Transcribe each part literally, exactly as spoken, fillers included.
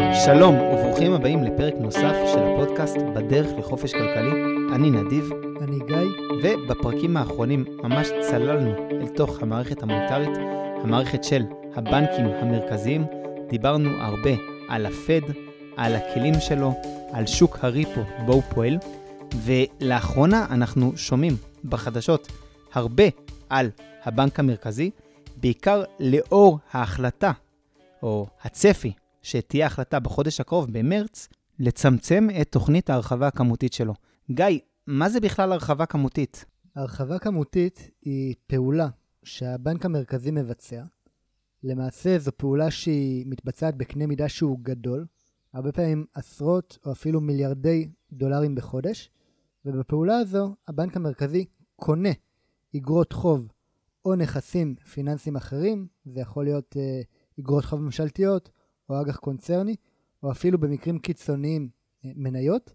שלום וברוכים הבאים לפרק נוסף של הפודקאסט בדרך לחופש כלכלי. אני נדיב. אני גיא. ובפרקים האחרונים ממש צללנו אל תוך המערכת המוניטרית, המערכת של הבנקים המרכזיים. דיברנו הרבה על הפד, על הכלים שלו, על שוק הריפו בו הוא פועל, ולאחרונה אנחנו שומעים בחדשות הרבה על הבנק המרכזי, בעיקר לאור ההחלטה או הצפי שתהיה החלטה בחודש הקרוב במרץ לצמצם את תוכנית ההרחבה הכמותית שלו. גיא, מה זה בכלל הרחבה כמותית? הרחבה כמותית היא פעולה שהבנק המרכזי מבצע. למעשה זו פעולה שהיא מתבצעת בקנה מידה שהוא גדול, הרבה פעמים עשרות או אפילו מיליארדי דולרים בחודש, ובפעולה הזו הבנק המרכזי קונה אגרות חוב או נכסים פיננסיים אחרים, זה יכול להיות uh, אגרות חוב ממשלתיות או אג"ח קונצרני, או אפילו במקרים קיצוניים uh, מניות,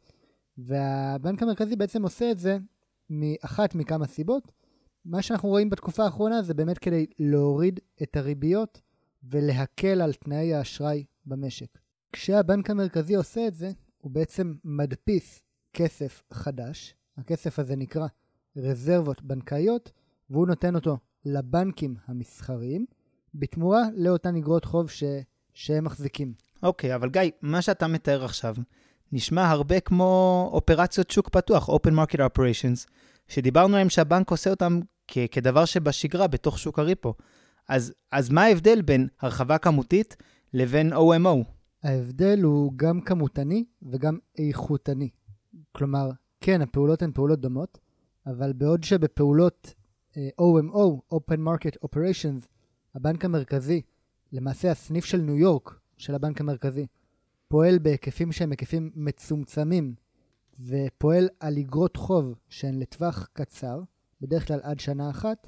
והבנק המרכזי בעצם עושה את זה מאחת מכמה סיבות. מה שאנחנו רואים בתקופה האחרונה זה באמת כדי להוריד את הריביות ולהקל על תנאי האשראי במשק. כשהבנק המרכזי עושה את זה, הוא בעצם מדפיס כסף חדש, הכסף הזה נקרא רזרבות בנקאיות, והוא נותן אותו לבנקים המסחריים, בתמורה לאותן אגרות חוב ש... שהם מחזיקים. אוקיי, אבל גיא, מה שאתה מתאר עכשיו, נשמע הרבה כמו אופרציות שוק פתוח, Open Market Operations, שדיברנו עליהם שהבנק עושה אותם כ- כדבר שבשגרה בתוך שוק הריפו. אז, אז מה ההבדל בין הרחבה כמותית לבין או אם או? ההבדל הוא גם כמותני וגם איכותני. כלומר, כן, הפעולות הן פעולות דומות, אבל בעוד שבפעולות או אם או, Open Market Operations, הבנק המרכזי, למעשה הסניף של ניו יורק של הבנק המרכזי, פועל בהיקפים שהם היקפים מצומצמים, ופועל על אגרות חוב שהן לטווח קצר, בדרך כלל עד שנה אחת.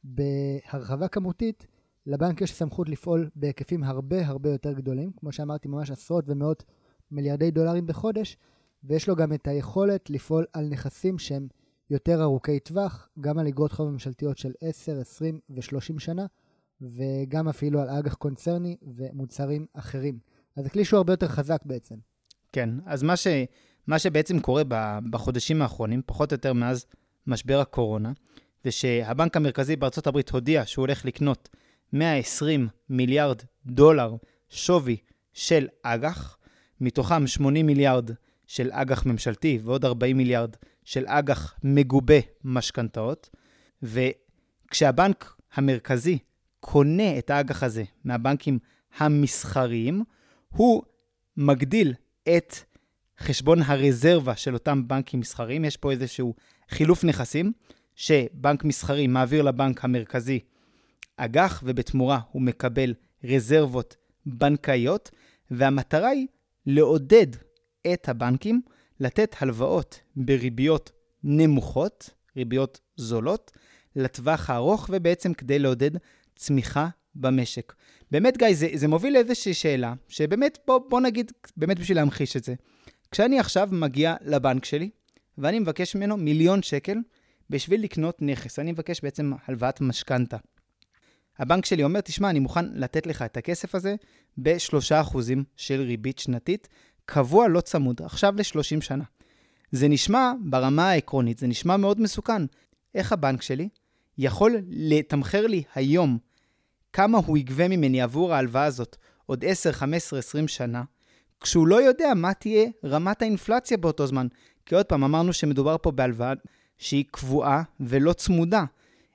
בהרחבה כמותית, לבנק יש סמכות לפעול בהיקפים הרבה הרבה יותר גדולים, כמו שאמרתי, ממש עשרות ומאות מיליארדי דולרים בחודש, ויש לו גם את היכולת לפעול על נכסים שהם יותר ארוכי טווח, גם על אגרות חוב ממשלתיות של עשר, עשרים ו-שלושים שנה, וגם אפילו על אג"ח קונצרני ומוצרים אחרים. אז הכלי שהוא הרבה יותר חזק בעצם. כן, אז מה, ש, מה שבעצם קורה בחודשים האחרונים, פחות או יותר מאז משבר הקורונה, זה שהבנק המרכזי בארצות הברית הודיע שהוא הולך לקנות מאה ועשרים מיליארד דולר שווי של אג"ח, מתוכם שמונים מיליארד של אג"ח ממשלתי ועוד ארבעים מיליארד של אג"ח מגובה משכנתאות, וכשהבנק המרכזי קונה את האג"ח הזה מהבנקים המסחריים, הוא מגדיל את חשבון הרזרבה של אותם בנקים מסחריים. יש פה איזשהו חילוף נכסים, שבנק מסחרי מעביר לבנק המרכזי אג"ח, ובתמורה הוא מקבל רזרבות בנקאיות, והמטרה היא לעודד את הבנקים לתת הלוואות בריביות נמוכות, ריביות זולות, לטווח הארוך, ובעצם כדי לעודד צמיחה במשק. באמת גיא, זה, זה מוביל לאיזושהי שאלה, שבאמת בוא, בוא נגיד, באמת בשביל להמחיש את זה. כשאני עכשיו מגיע לבנק שלי, ואני מבקש ממנו מיליון שקל, בשביל לקנות נכס, אני מבקש בעצם הלוואת משכנתה. הבנק שלי אומר, תשמע, אני מוכן לתת לך את הכסף הזה, בשלושה אחוזים של ריבית שנתית, קבוע לא צמוד, עכשיו ל-שלושים שנה. זה נשמע ברמה העקרונית, זה נשמע מאוד מסוכן. איך הבנק שלי יכול לתמחר לי היום כמה הוא יגבה ממני עבור ההלוואה הזאת עוד עשר, חמש עשרה, עשרים שנה, כשהוא לא יודע מה תהיה רמת האינפלציה באותו זמן. כי עוד פעם אמרנו שמדובר פה בהלוואה שהיא קבועה ולא צמודה.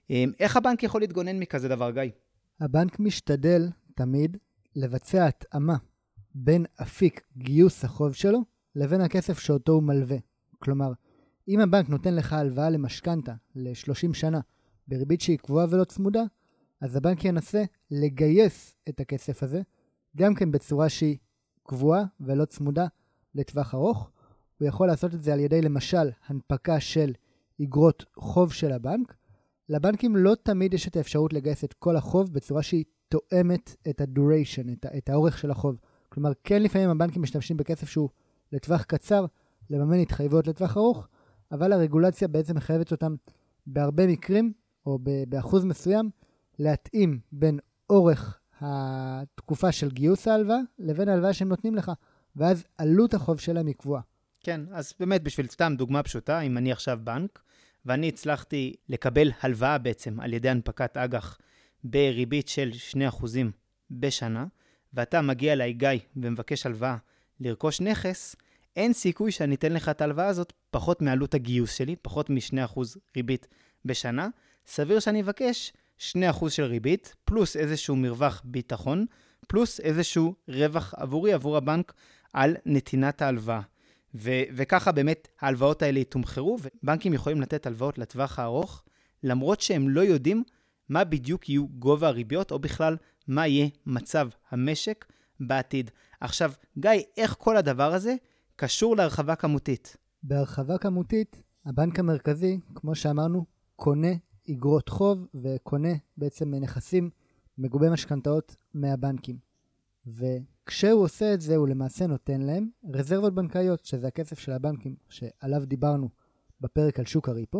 איך הבנק יכול להתגונן מכזה דבר, גיא? הבנק משתדל תמיד לבצע התאמה בין אפיק גיוס החוב שלו לבין הכסף שאותו הוא מלווה. כלומר, אם הבנק נותן לך הלוואה למשכנתה ל-שלושים שנה בריבית שהיא קבועה ולא צמודה, אז הבנק ינסה לגייס את הכסף הזה, גם כן בצורה שהיא קבועה ולא צמודה לטווח ארוך. הוא יכול לעשות את זה על ידי למשל הנפקה של אגרות חוב של הבנק. לבנקים לא תמיד יש את האפשרות לגייס את כל החוב בצורה שהיא תואמת את ה-duration, את, את האורך של החוב. כלומר, כן לפעמים הבנקים משתמשים בכסף שהוא לטווח קצר, לממן התחייבויות לטווח ארוך, אבל הרגולציה בעצם מחייבת אותם בהרבה מקרים, או באחוז מסוים, להתאים בין אורך התקופה של גיוס ההלוואה, לבין ההלוואה שהם נותנים לך. ואז עלות החוב שלהם היא קבועה. כן, אז באמת בשביל סתם דוגמה פשוטה, אם אני עכשיו בנק, ואני הצלחתי לקבל הלוואה בעצם על ידי הנפקת אג"ח בריבית של שני אחוזים בשנה, ואתה מגיע אליי גיא ומבקש הלוואה לרכוש נכס, אין סיכוי שאני אתן לך את ההלוואה הזאת פחות מעלות הגיוס שלי, פחות מ-שני אחוז ריבית בשנה. סביר שאני אבקש שני אחוז של ריבית, פלוס איזשהו מרווח ביטחון, פלוס איזשהו רווח עבורי, עבור הבנק, על נתינת ההלוואה. ו- וככה באמת ההלוואות האלה יתומחרו, ובנקים יכולים לתת הלוואות לטווח הארוך, למרות שהם לא יודעים מה בדיוק יהיו גובה הריביות, או בכלל מה יהיה מצב המשק בעתיד. עכשיו, גיא, איך כל הדבר הזה קשור להרחבה כמותית? בהרחבה כמותית, הבנק המרכזי, כמו שאמרנו, קונה אגרות חוב, וקונה בעצם נכסים מגובי משכנתאות מהבנקים. וכשהוא עושה את זה, הוא למעשה נותן להם רזרבות בנקאיות, שזה הכסף של הבנקים שעליו דיברנו בפרק על שוק הריפו,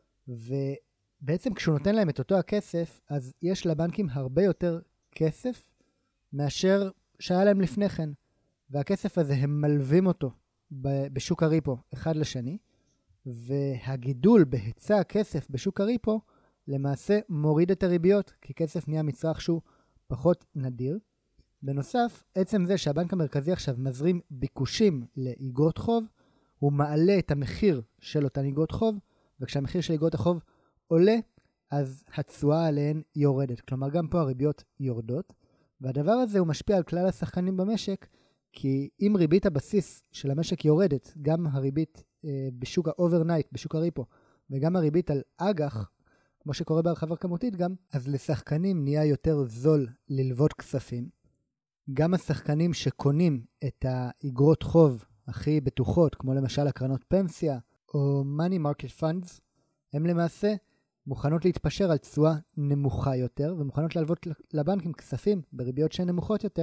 ובעצם כשהוא נותן להם את אותו הכסף, אז יש לבנקים הרבה יותר כסף מאשר שהיה להם לפני כן, והכסף הזה הם מלווים אותו בשוק הריפו אחד לשני, והגידול בהיצע הכסף בשוק הריפו למעשה מוריד את הריביות, כי כסף נהיה מצרך שהוא פחות נדיר. בנוסף, עצם זה שהבנק המרכזי עכשיו מזרים ביקושים לאגרות חוב, הוא מעלה את המחיר של אותן אגרות חוב, וכשהמחיר של אגרות החוב עולה, אז התשואה עליהן יורדת. כלומר, גם פה הריביות יורדות, והדבר הזה הוא משפיע על כלל השחקנים במשק, כי אם ריבית הבסיס של המשק יורדת, גם הריבית אה, בשוק האוברנייט, בשוק הריפו, וגם הריבית על אג"ח, כמו שקורה בהרחבה כמותית גם, אז לשחקנים נהיה יותר זול ללוות כספים. גם השחקנים שקונים את האגרות חוב הכי בטוחות, כמו למשל הקרנות פנסיה, או money market funds, הם למעשה מוכנות להתפשר על תשואה נמוכה יותר, ומוכנות להלוות לבנקים כספים בריביות שהן נמוכות יותר,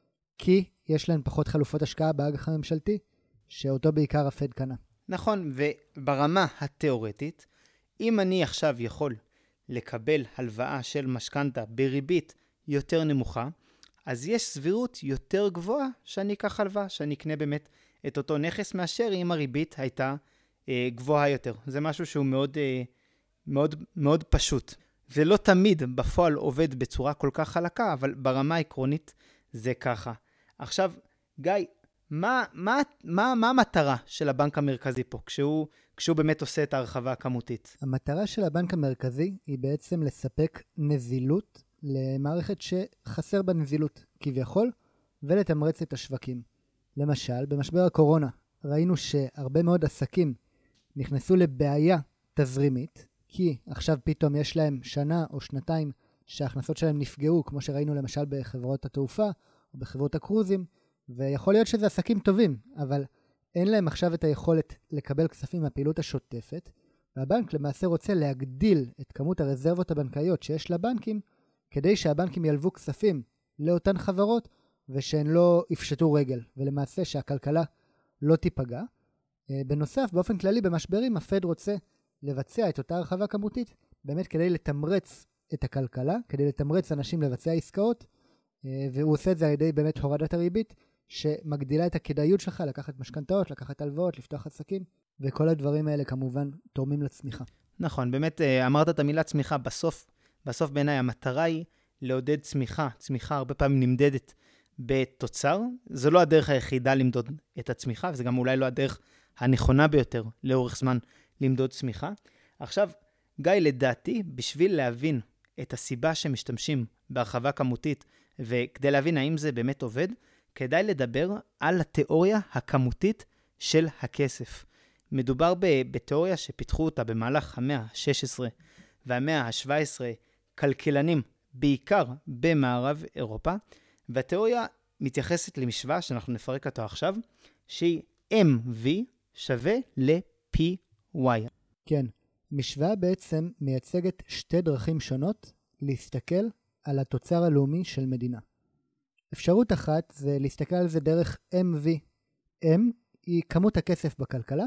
כי יש להן פחות חלופות השקעה באג"ח הממשלתי, שאותו בעיקר הפד קנה. נכון, וברמה התיאורטית, אם אני עכשיו יכול לקבל הלוואה של משכנתה בריבית יותר נמוכה, אז יש סבירות יותר גבוהה שאני אקח הלוואה, שאני אקנה באמת את אותו נכס, מאשר אם הריבית הייתה אה, גבוהה יותר. זה משהו שהוא מאוד, אה, מאוד, מאוד פשוט. זה לא תמיד בפועל עובד בצורה כל כך חלקה, אבל ברמה העקרונית זה ככה. עכשיו, גיא, מה, מה, מה, מה המטרה של הבנק המרכזי פה, כשהוא, כשהוא באמת עושה את ההרחבה הכמותית? המטרה של הבנק המרכזי היא בעצם לספק נזילות למערכת שחסר בה נזילות, כביכול, ולתמרץ את השווקים. למשל, במשבר הקורונה, ראינו שהרבה מאוד עסקים נכנסו לבעיה תזרימית, כי עכשיו פתאום יש להם שנה או שנתיים שההכנסות שלהם נפגעו, כמו שראינו למשל בחברות התעופה או בחברות הקרוזים, ויכול להיות שזה עסקים טובים, אבל אין להם עכשיו את היכולת לקבל כספים מהפעילות השוטפת, והבנק למעשה רוצה להגדיל את כמות הרזרבות הבנקאיות שיש לבנקים, כדי שהבנקים ילוו כספים לאותן חברות, ושהן לא יפשטו רגל, ולמעשה שהכלכלה לא תיפגע. בנוסף, באופן כללי במשברים, הפד רוצה לבצע את אותה הרחבה כמותית, באמת כדי לתמרץ את הכלכלה, כדי לתמרץ אנשים לבצע עסקאות, והוא עושה את זה על ידי באמת הורדת הריבית, שמגדילה את הכדאיות שלך לקחת משכנתאות, לקחת הלוואות, לפתוח עסקים, וכל הדברים האלה כמובן תורמים לצמיחה. נכון, באמת אמרת את המילה צמיחה, בסוף, בסוף בעיניי המטרה היא לעודד צמיחה, צמיחה הרבה פעמים נמדדת בתוצר, זו לא הדרך היחידה למדוד את הצמיחה, וזה גם אולי לא הדרך הנכונה ביותר לאורך זמן למדוד צמיחה. עכשיו, גיא, לדעתי, בשביל להבין את הסיבה שמשתמשים בהרחבה כמותית, וכדי להבין האם זה באמת עובד, כדאי לדבר על התיאוריה הכמותית של הכסף. מדובר בתיאוריה שפיתחו אותה במהלך המאה ה-שש עשרה והמאה ה-שבע עשרה כלכלנים, בעיקר במערב אירופה, והתיאוריה מתייחסת למשוואה שאנחנו נפרק אותה עכשיו, שהיא אם וי שווה ל-פי וואי. כן, משוואה בעצם מייצגת שתי דרכים שונות להסתכל על התוצר הלאומי של מדינה. אפשרות אחת זה להסתכל על זה דרך אם וי. M היא כמות הכסף בכלכלה,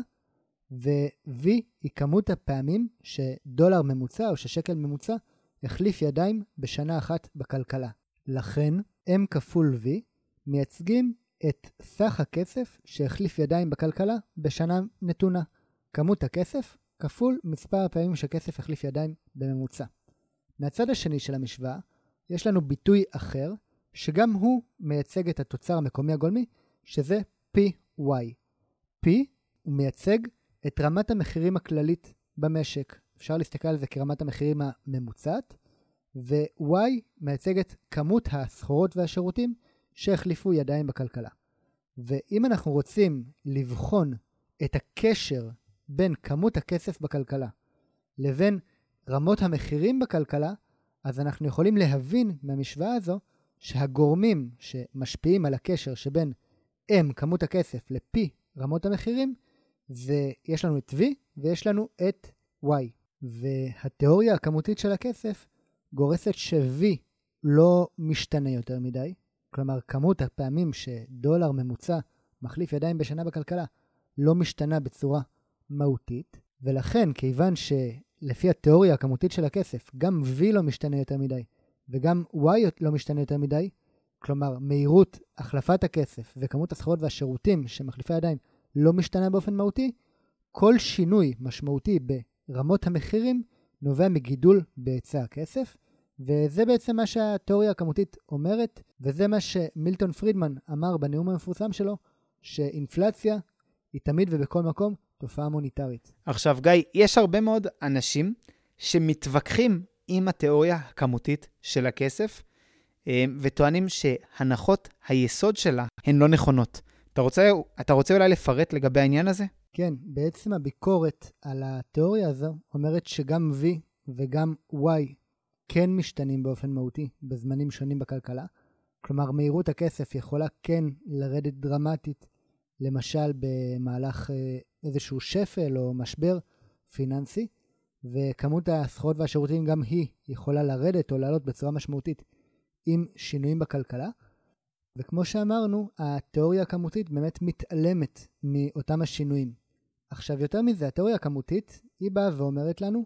ו-V היא כמות הפעמים שדולר ממוצע או ששקל ממוצע החליף ידיים בשנה אחת בכלכלה. לכן, M כפול V מייצגים את סך הכסף שהחליף ידיים בכלכלה בשנה נתונה. כמות הכסף כפול מספר הפעמים שכסף החליף ידיים בממוצע. מהצד השני של המשוואה, יש לנו ביטוי אחר, שגם הוא מייצג את התוצר המקומי הגולמי, שזה פי וואי. P הוא מייצג את רמת המחירים הכללית במשק. אפשר להסתכל על זה כרמת המחירים הממוצעת, ו-Y מייצג את כמות הסחורות והשירותים שהחליפו ידיים בכלכלה. ואם אנחנו רוצים לבחון את הקשר בין כמות הכסף בכלכלה לבין רמות המחירים בכלכלה, אז אנחנו יכולים להבין מהמשוואה הזו שהגורמים שמשפיעים על הקשר שבין M, כמות הכסף, ל-P, רמות המחירים, ויש לנו את V ויש לנו את Y. והתיאוריה הכמותית של הכסף גורסת ש-V לא משתנה יותר מדי, כלומר כמות הפעמים שדולר ממוצע מחליף ידיים בשנה בכלכלה לא משתנה בצורה מהותית, ולכן כיוון שלפי התיאוריה הכמותית של הכסף גם V לא משתנה יותר מדי וגם Y לא משתנה יותר מדי, כלומר מהירות החלפת הכסף וכמות הסחורות והשירותים שמחליפי ידיים לא משתנה באופן מהותי, כל שינוי משמעותי ברמות המחירים נובע מגידול בהיצע הכסף, וזה בעצם מה שהתיאוריה הכמותית אומרת, וזה מה שמילטון פרידמן אמר בנאום המפורסם שלו, שאינפלציה היא תמיד ובכל מקום תופעה מוניטרית. עכשיו גיא, יש הרבה מאוד אנשים שמתווכחים עם התיאוריה הכמותית של הכסף, וטוענים שהנחות היסוד שלה הן לא נכונות. אתה רוצה, אתה רוצה אולי לפרט לגבי העניין הזה? כן, בעצם הביקורת על התיאוריה הזו אומרת שגם V וגם Y כן משתנים באופן מהותי בזמנים שונים בכלכלה. כלומר, מהירות הכסף יכולה כן לרדת דרמטית, למשל במהלך איזשהו שפל או משבר פיננסי, וכמות הסחורות והשירותים גם היא יכולה לרדת או לעלות בצורה משמעותית עם שינויים בכלכלה. וכמו שאמרנו, התיאוריה הכמותית באמת מתעלמת מאותם השינויים. עכשיו, יותר מזה, התיאוריה הכמותית היא באה ואומרת לנו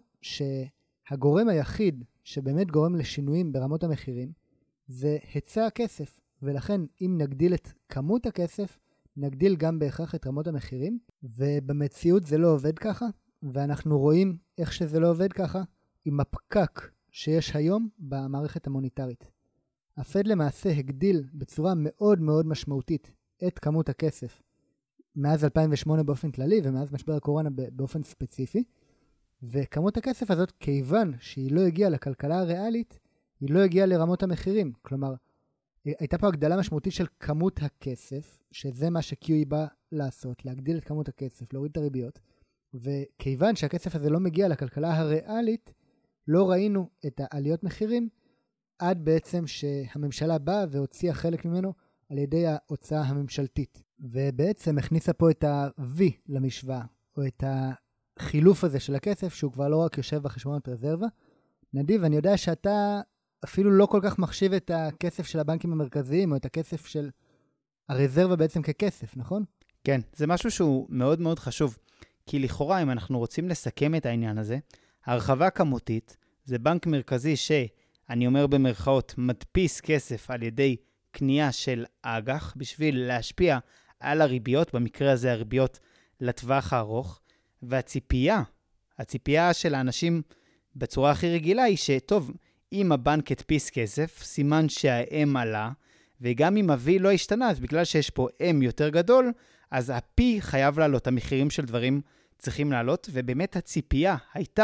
שהגורם היחיד שבאמת גורם לשינויים ברמות המחירים זה היצע הכסף, ולכן אם נגדיל את כמות הכסף, נגדיל גם בהכרח את רמות המחירים, ובמציאות זה לא עובד ככה, ואנחנו רואים איך שזה לא עובד ככה עם הפקק שיש היום במערכת המוניטרית. הפד למעשה הגדיל בצורה מאוד מאוד משמעותית את כמות הכסף מאז אלפיים ושמונה באופן כללי ומאז משבר הקורונה באופן ספציפי, וכמות הכסף הזאת כיוון שהיא לא הגיעה לכלכלה הריאלית, היא לא הגיעה לרמות המחירים. כלומר, הייתה פה הגדלה משמעותית של כמות הכסף, שזה מה ש-Q E בא לעשות, להגדיל את כמות הכסף, להוריד את הריביות, וכיוון שהכסף הזה לא מגיע לכלכלה הריאלית, לא ראינו את העליות מחירים, עד בעצם שהממשלה באה והוציאה חלק ממנו על ידי ההוצאה הממשלתית. ובעצם הכניסה פה את ה-V למשוואה, או את החילוף הזה של הכסף, שהוא כבר לא רק יושב בחשבונות רזרבה. נדיב, אני יודע שאתה אפילו לא כל כך מחשיב את הכסף של הבנקים המרכזיים, או את הכסף של הרזרבה בעצם ככסף, נכון? כן, זה משהו שהוא מאוד מאוד חשוב. כי לכאורה, אם אנחנו רוצים לסכם את העניין הזה, הרחבה כמותית זה בנק מרכזי ש... אני אומר במרכאות, מדפיס כסף על ידי קנייה של אג"ח בשביל להשפיע על הריביות, במקרה הזה הריביות לטווח הארוך, והציפייה, הציפייה של האנשים בצורה הכי רגילה היא שטוב, אם הבנק הדפיס כסף, סימן שה-M עלה, וגם אם ה-V לא השתנה, אז בגלל שיש פה M יותר גדול, אז ה-P חייב לעלות, המחירים של דברים צריכים לעלות, ובאמת הציפייה הייתה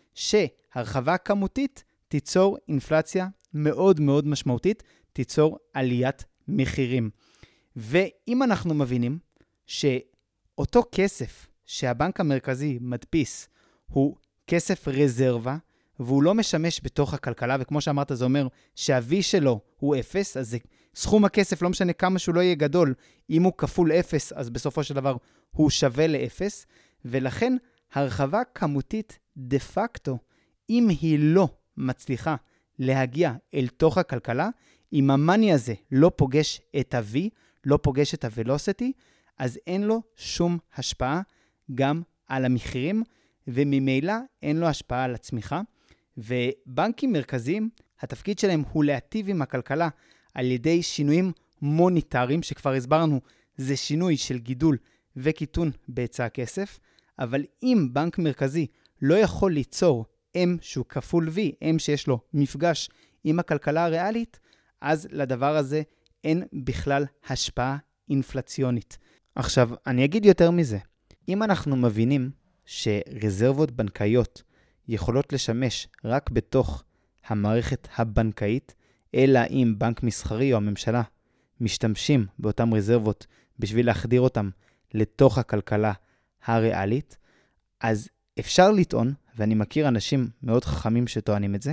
שהרחבה כמותית תיצור אינפלציה מאוד מאוד משמעותית, תיצור עליית מחירים. ואם אנחנו מבינים שאותו כסף שהבנק המרכזי מדפיס הוא כסף רזרבה, והוא לא משמש בתוך הכלכלה, וכמו שאמרת זה אומר שה-V שלו הוא אפס, אז זה, סכום הכסף לא משנה כמה שהוא לא יהיה גדול, אם הוא כפול אפס, אז בסופו של דבר הוא שווה לאפס, ולכן הרחבה כמותית דה פקטו, אם היא לא מצליחה להגיע אל תוך הכלכלה, אם המאני הזה לא פוגש את ה-V, לא פוגש את ה-velocity, אז אין לו שום השפעה גם על המחירים, וממילא אין לו השפעה על הצמיחה. ובנקים מרכזיים, התפקיד שלהם הוא להטיב עם הכלכלה על ידי שינויים מוניטריים, שכבר הסברנו, זה שינוי של גידול וקיטון בהיצע הכסף, אבל אם בנק מרכזי לא יכול ליצור M שהוא כפול V, M שיש לו מפגש עם הכלכלה הריאלית, אז לדבר הזה אין בכלל השפעה אינפלציונית. עכשיו, אני אגיד יותר מזה. אם אנחנו מבינים שרזרבות בנקאיות יכולות לשמש רק בתוך המערכת הבנקאית, אלא אם בנק מסחרי או הממשלה משתמשים באותן רזרבות בשביל להחדיר אותם לתוך הכלכלה הריאלית, אז אפשר לטעון, ואני מכיר אנשים מאוד חכמים שטוענים את זה,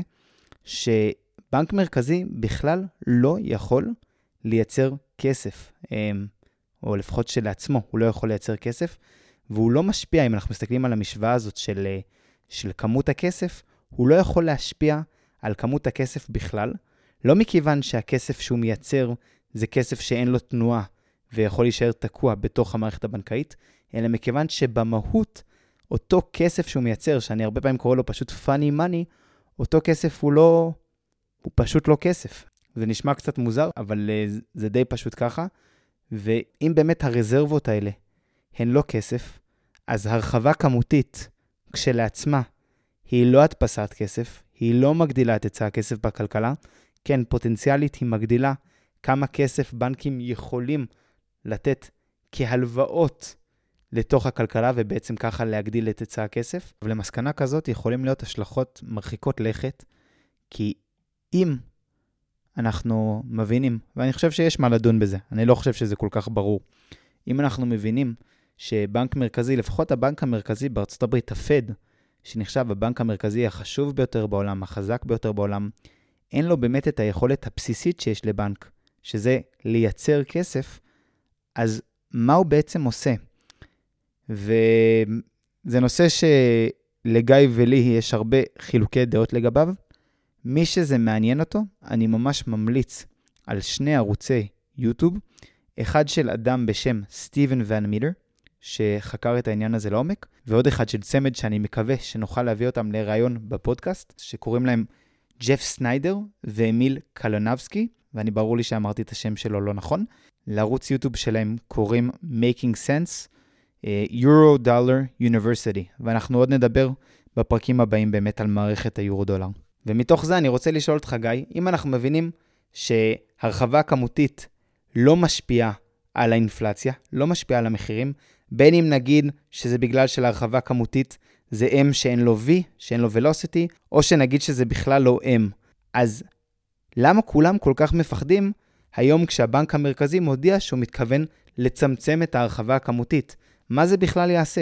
שבנק מרכזי בכלל לא יכול לייצר כסף, או לפחות שלעצמו הוא לא יכול לייצר כסף, והוא לא משפיע, אם אנחנו מסתכלים על המשוואה הזאת של, של כמות הכסף, הוא לא יכול להשפיע על כמות הכסף בכלל, לא מכיוון שהכסף שהוא מייצר זה כסף שאין לו תנועה, ויכול להישאר תקוע בתוך המערכת הבנקאית, אלא מכיוון שבמהות, אותו כסף שהוא מייצר, שאני הרבה פעמים קורא לו פשוט funny money, אותו כסף הוא לא, הוא פשוט לא כסף. זה נשמע קצת מוזר, אבל זה די פשוט ככה, ואם באמת הרזרבות האלה הן לא כסף, אז הרחבה כמותית כשלעצמה היא לא הדפסת כסף, היא לא מגדילה את היצע הכסף בכלכלה, כן, פוטנציאלית היא מגדילה כמה כסף בנקים יכולים לתת כהלוואות לתוך הכלכלה, ובעצם ככה להגדיל את היצע הכסף. ולמסקנה כזאת יכולים להיות השלכות מרחיקות לכת, כי אם אנחנו מבינים, ואני חושב שיש מה לדון בזה, אני לא חושב שזה כל כך ברור, אם אנחנו מבינים שבנק מרכזי, לפחות הבנק המרכזי בארצות הברית, הפד, שנחשב הבנק המרכזי החשוב ביותר בעולם, החזק ביותר בעולם, אין לו באמת את היכולת הבסיסית שיש לבנק, שזה לייצר כסף, אז מה הוא בעצם עושה? וזה נושא שלגיא ולי יש הרבה חילוקי דעות לגביו. מי שזה מעניין אותו, אני ממש ממליץ על שני ערוצי יוטיוב, אחד של אדם בשם סטיבן ון מיטר, שחקר את העניין הזה לעומק, ועוד אחד של צמד שאני מקווה שנוכל להביא אותם לרעיון בפודקאסט, שקוראים להם ג'ף סניידר ואמיל קלונבסקי, ואני ברור לי שאמרתי את השם שלו לא נכון. לערוץ יוטיוב שלהם קוראים Making Sense, Euro Dollar University, ואנחנו עוד נדבר בפרקים הבאים באמת על מערכת היורו דולר. ומתוך זה אני רוצה לשאול אותך, גיא, אם אנחנו מבינים שהרחבה כמותית לא משפיעה על האינפלציה, לא משפיעה על המחירים, בין אם נגיד שזה בגלל שלהרחבה כמותית זה M שאין לו V, שאין לו velocity, או שנגיד שזה בכלל לא M. אז למה כולם כל כך מפחדים היום כשהבנק המרכזי מודיע שהוא מתכוון לצמצם את ההרחבה הכמותית? מה זה בכלל יעשה?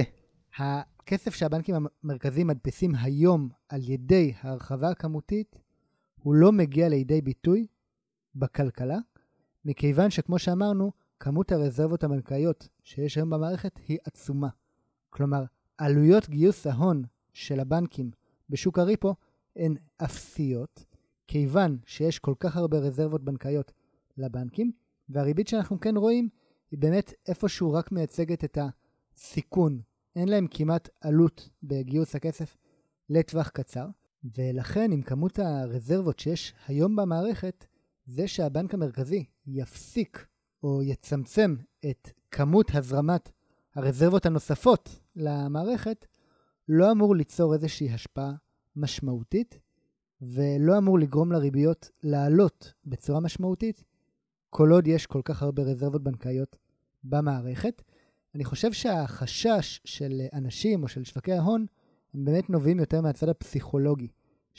הכסף שהבנקים המרכזיים מדפיסים היום על ידי ההרחבה הכמותית, הוא לא מגיע לידי ביטוי בכלכלה, מכיוון שכמו שאמרנו, כמות הרזרבות הבנקאיות שיש היום במערכת היא עצומה. כלומר, עלויות גיוס ההון של הבנקים בשוק הריפו הן אפסיות, כיוון שיש כל כך הרבה רזרבות בנקאיות לבנקים, והריבית שאנחנו כן רואים היא באמת איפשהו רק מייצגת את הסיכון. אין להם כמעט עלות בגיוס הכסף לטווח קצר, ולכן עם כמות הרזרבות שיש היום במערכת, זה שהבנק המרכזי יפסיק או יצמצם את כמות הזרמת הרזרבות הנוספות למערכת, לא אמור ליצור איזושהי השפעה משמעותית, ולא אמור לגרום לריביות לעלות בצורה משמעותית, כל עוד יש כל כך הרבה רזרבות בנקאיות במערכת. אני חושב שהחשש של אנשים או של שווקי ההון, הם באמת נובעים יותר מהצד הפסיכולוגי,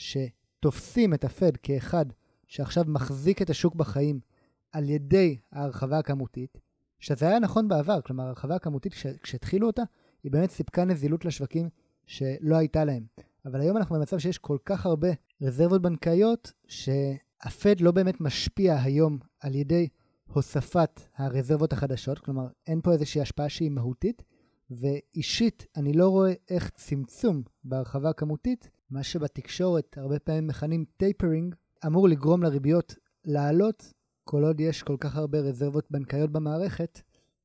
שתופסים את הפד כאחד שעכשיו מחזיק את השוק בחיים על ידי ההרחבה הכמותית, שזה היה נכון בעבר, כלומר ההרחבה הכמותית כשהתחילו אותה, היא באמת סיפקה נזילות לשווקים שלא הייתה להם. אבל היום אנחנו במצב שיש כל כך הרבה רזרבות בנקאיות, שהפד לא באמת משפיע היום על ידי הוספת הרזרבות החדשות, כלומר אין פה איזושהי השפעה שהיא מהותית, ואישית אני לא רואה איך צמצום בהרחבה הכמותית, מה שבתקשורת הרבה פעמים מכנים טייפרינג, אמור לגרום לריביות לעלות, כל עוד יש כל כך הרבה רזרבות בנקאיות במערכת,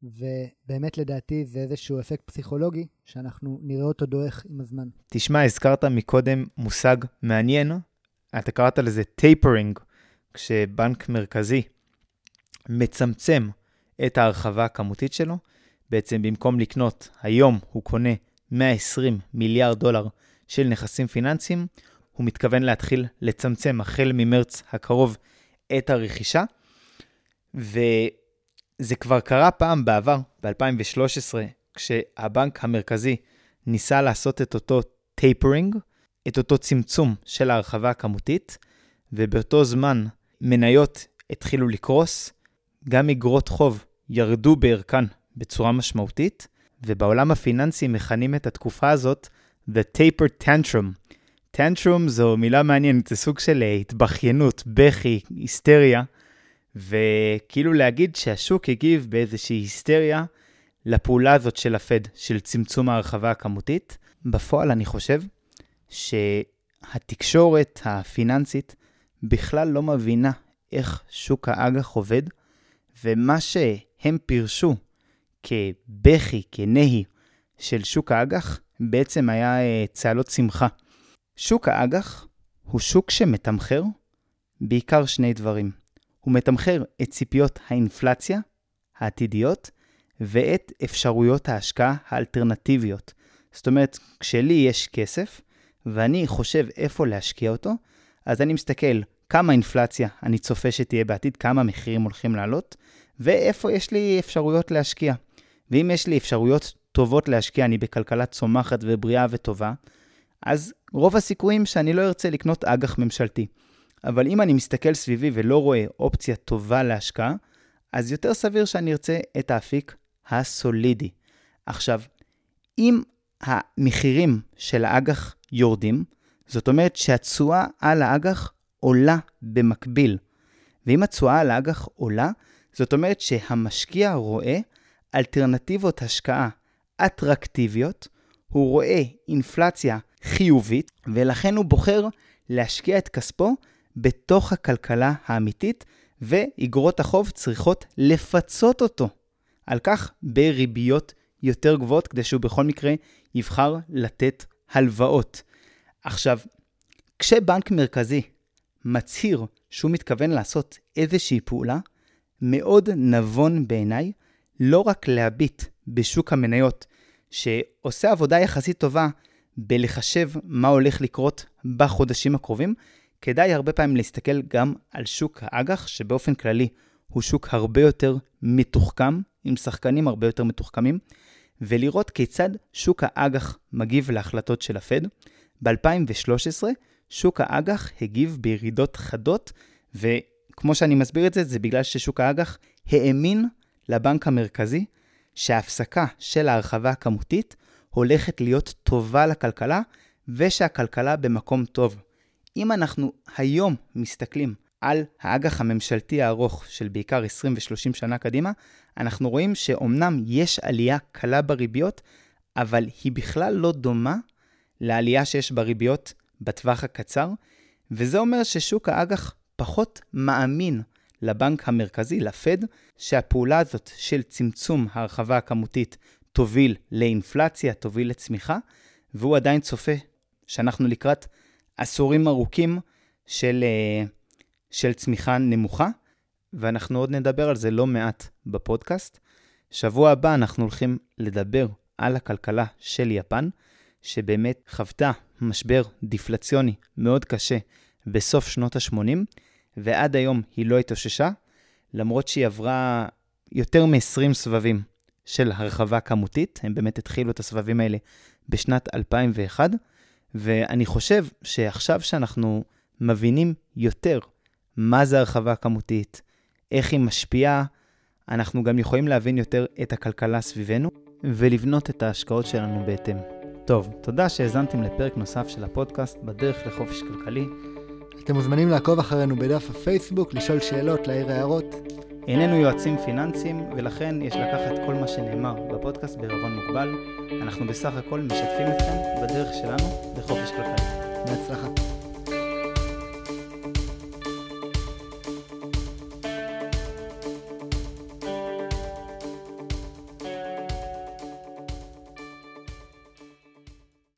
ובאמת לדעתי זה איזשהו אפקט פסיכולוגי, שאנחנו נראה אותו דועך עם הזמן. תשמע, הזכרת מקודם מושג מעניין, אתה קראת לזה טייפרינג, כשבנק מרכזי מצמצם את ההרחבה הכמותית שלו. בעצם במקום לקנות, היום הוא קונה מאה ועשרים מיליארד דולר של נכסים פיננסיים, הוא מתכוון להתחיל לצמצם החל ממרץ הקרוב את הרכישה, וזה כבר קרה פעם בעבר, ב-אלפיים ושלוש עשרה, כשהבנק המרכזי ניסה לעשות את אותו טייפרינג, את אותו צמצום של ההרחבה הכמותית, ובאותו זמן מניות התחילו לקרוס, גם אגרות חוב ירדו בערכן בצורה משמעותית, ובעולם הפיננסי מכנים את התקופה הזאת The Taper Tantrum. Tantrum זו מילה מעניינת, זה סוג של התבחיינות, בכי, היסטריה, וכאילו להגיד שהשוק הגיב באיזושהי היסטריה לפעולה הזאת של הפד, של צמצום ההרחבה הכמותית. בפועל אני חושב שהתקשורת הפיננסית בכלל לא מבינה איך שוק האג"ח עובד, ומה שהם פירשו כבכי, כנהי של שוק האג"ח, בעצם היה צהלות שמחה. שוק האג"ח הוא שוק שמתמחר בעיקר שני דברים. הוא מתמחר את ציפיות האינפלציה העתידיות, ואת אפשרויות ההשקעה האלטרנטיביות. זאת אומרת, כשלי יש כסף, ואני חושב איפה להשקיע אותו, אז אני מסתכל כמה אינפלציה אני צופה שתהיה בעתיד, כמה מחירים הולכים לעלות, ואיפה יש לי אפשרויות להשקיע. ואם יש לי אפשרויות טובות להשקיע, אני בכלכלה צומחת ובריאה וטובה, אז רוב הסיכויים שאני לא ארצה לקנות אג"ח ממשלתי. אבל אם אני מסתכל סביבי ולא רואה אופציה טובה להשקעה, אז יותר סביר שאני ארצה את האפיק הסולידי. עכשיו, אם המחירים של האג"ח יורדים, זאת אומרת שהתשואה על האג"ח עולה במקביל. ואם התשואה על האג"ח עולה, זאת אומרת שהמשקיע רואה אלטרנטיבות השקעה אטרקטיביות, הוא רואה אינפלציה חיובית, ולכן הוא בוחר להשקיע את כספו בתוך הכלכלה האמיתית, ואגרות החוב צריכות לפצות אותו על כך בריביות יותר גבוהות, כדי שהוא בכל מקרה יבחר לתת הלוואות. עכשיו, כשבנק מרכזי מצהיר שהוא מתכוון לעשות איזושהי פעולה, מאוד נבון בעיניי, לא רק להביט בשוק המניות, שעושה עבודה יחסית טובה בלחשב מה הולך לקרות בחודשים הקרובים, כדאי הרבה פעמים להסתכל גם על שוק האג"ח, שבאופן כללי הוא שוק הרבה יותר מתוחכם, עם שחקנים הרבה יותר מתוחכמים, ולראות כיצד שוק האג"ח מגיב להחלטות של הפד. ב-אלפיים ושלוש עשרה שוק האג"ח הגיב בירידות חדות, וכמו שאני מסביר את זה, זה בגלל ששוק האג"ח האמין לבנק המרכזי, שההפסקה של ההרחבה הכמותית הולכת להיות טובה לכלכלה, ושהכלכלה במקום טוב. אם אנחנו היום מסתכלים על האג"ח הממשלתי הארוך של בעיקר עשרים ושלושים שנה קדימה, אנחנו רואים שאומנם יש עלייה קלה בריביות, אבל היא בכלל לא דומה לעלייה שיש בריביות בטווח הקצר, וזה אומר ששוק האג"ח פחות מאמין לבנק המרכזי, לפד, שהפעולה הזאת של צמצום ההרחבה הכמותית תוביל לאינפלציה, תוביל לצמיחה, והוא עדיין צופה שאנחנו לקראת עשורים ארוכים של, של צמיחה נמוכה, ואנחנו עוד נדבר על זה לא מעט בפודקאסט. שבוע הבא אנחנו הולכים לדבר על הכלכלה של יפן, שבאמת חוותה משבר דיפלציוני מאוד קשה בסוף שנות ה-שמונים, ועד היום היא לא התאוששה, למרות שהיא עברה יותר מ-עשרים סבבים של הרחבה כמותית. הם באמת התחילו את הסבבים האלה בשנת אלפיים ואחת, ואני חושב שעכשיו שאנחנו מבינים יותר מה זה הרחבה כמותית, איך היא משפיעה, אנחנו גם יכולים להבין יותר את הכלכלה סביבנו, ולבנות את ההשקעות שלנו בהתאם. טוב, תודה שהאזנתם לפרק נוסף של הפודקאסט בדרך לחופש כלכלי. אתם מוזמנים לעקוב אחרינו בדף הפייסבוק, לשאול שאלות, להעיר הערות. איננו יועצים פיננסיים, ולכן יש לקחת כל מה שנאמר בפודקאסט בערבון מוגבל. אנחנו בסך הכל משתפים אתכם בדרך שלנו לחופש כלכלי.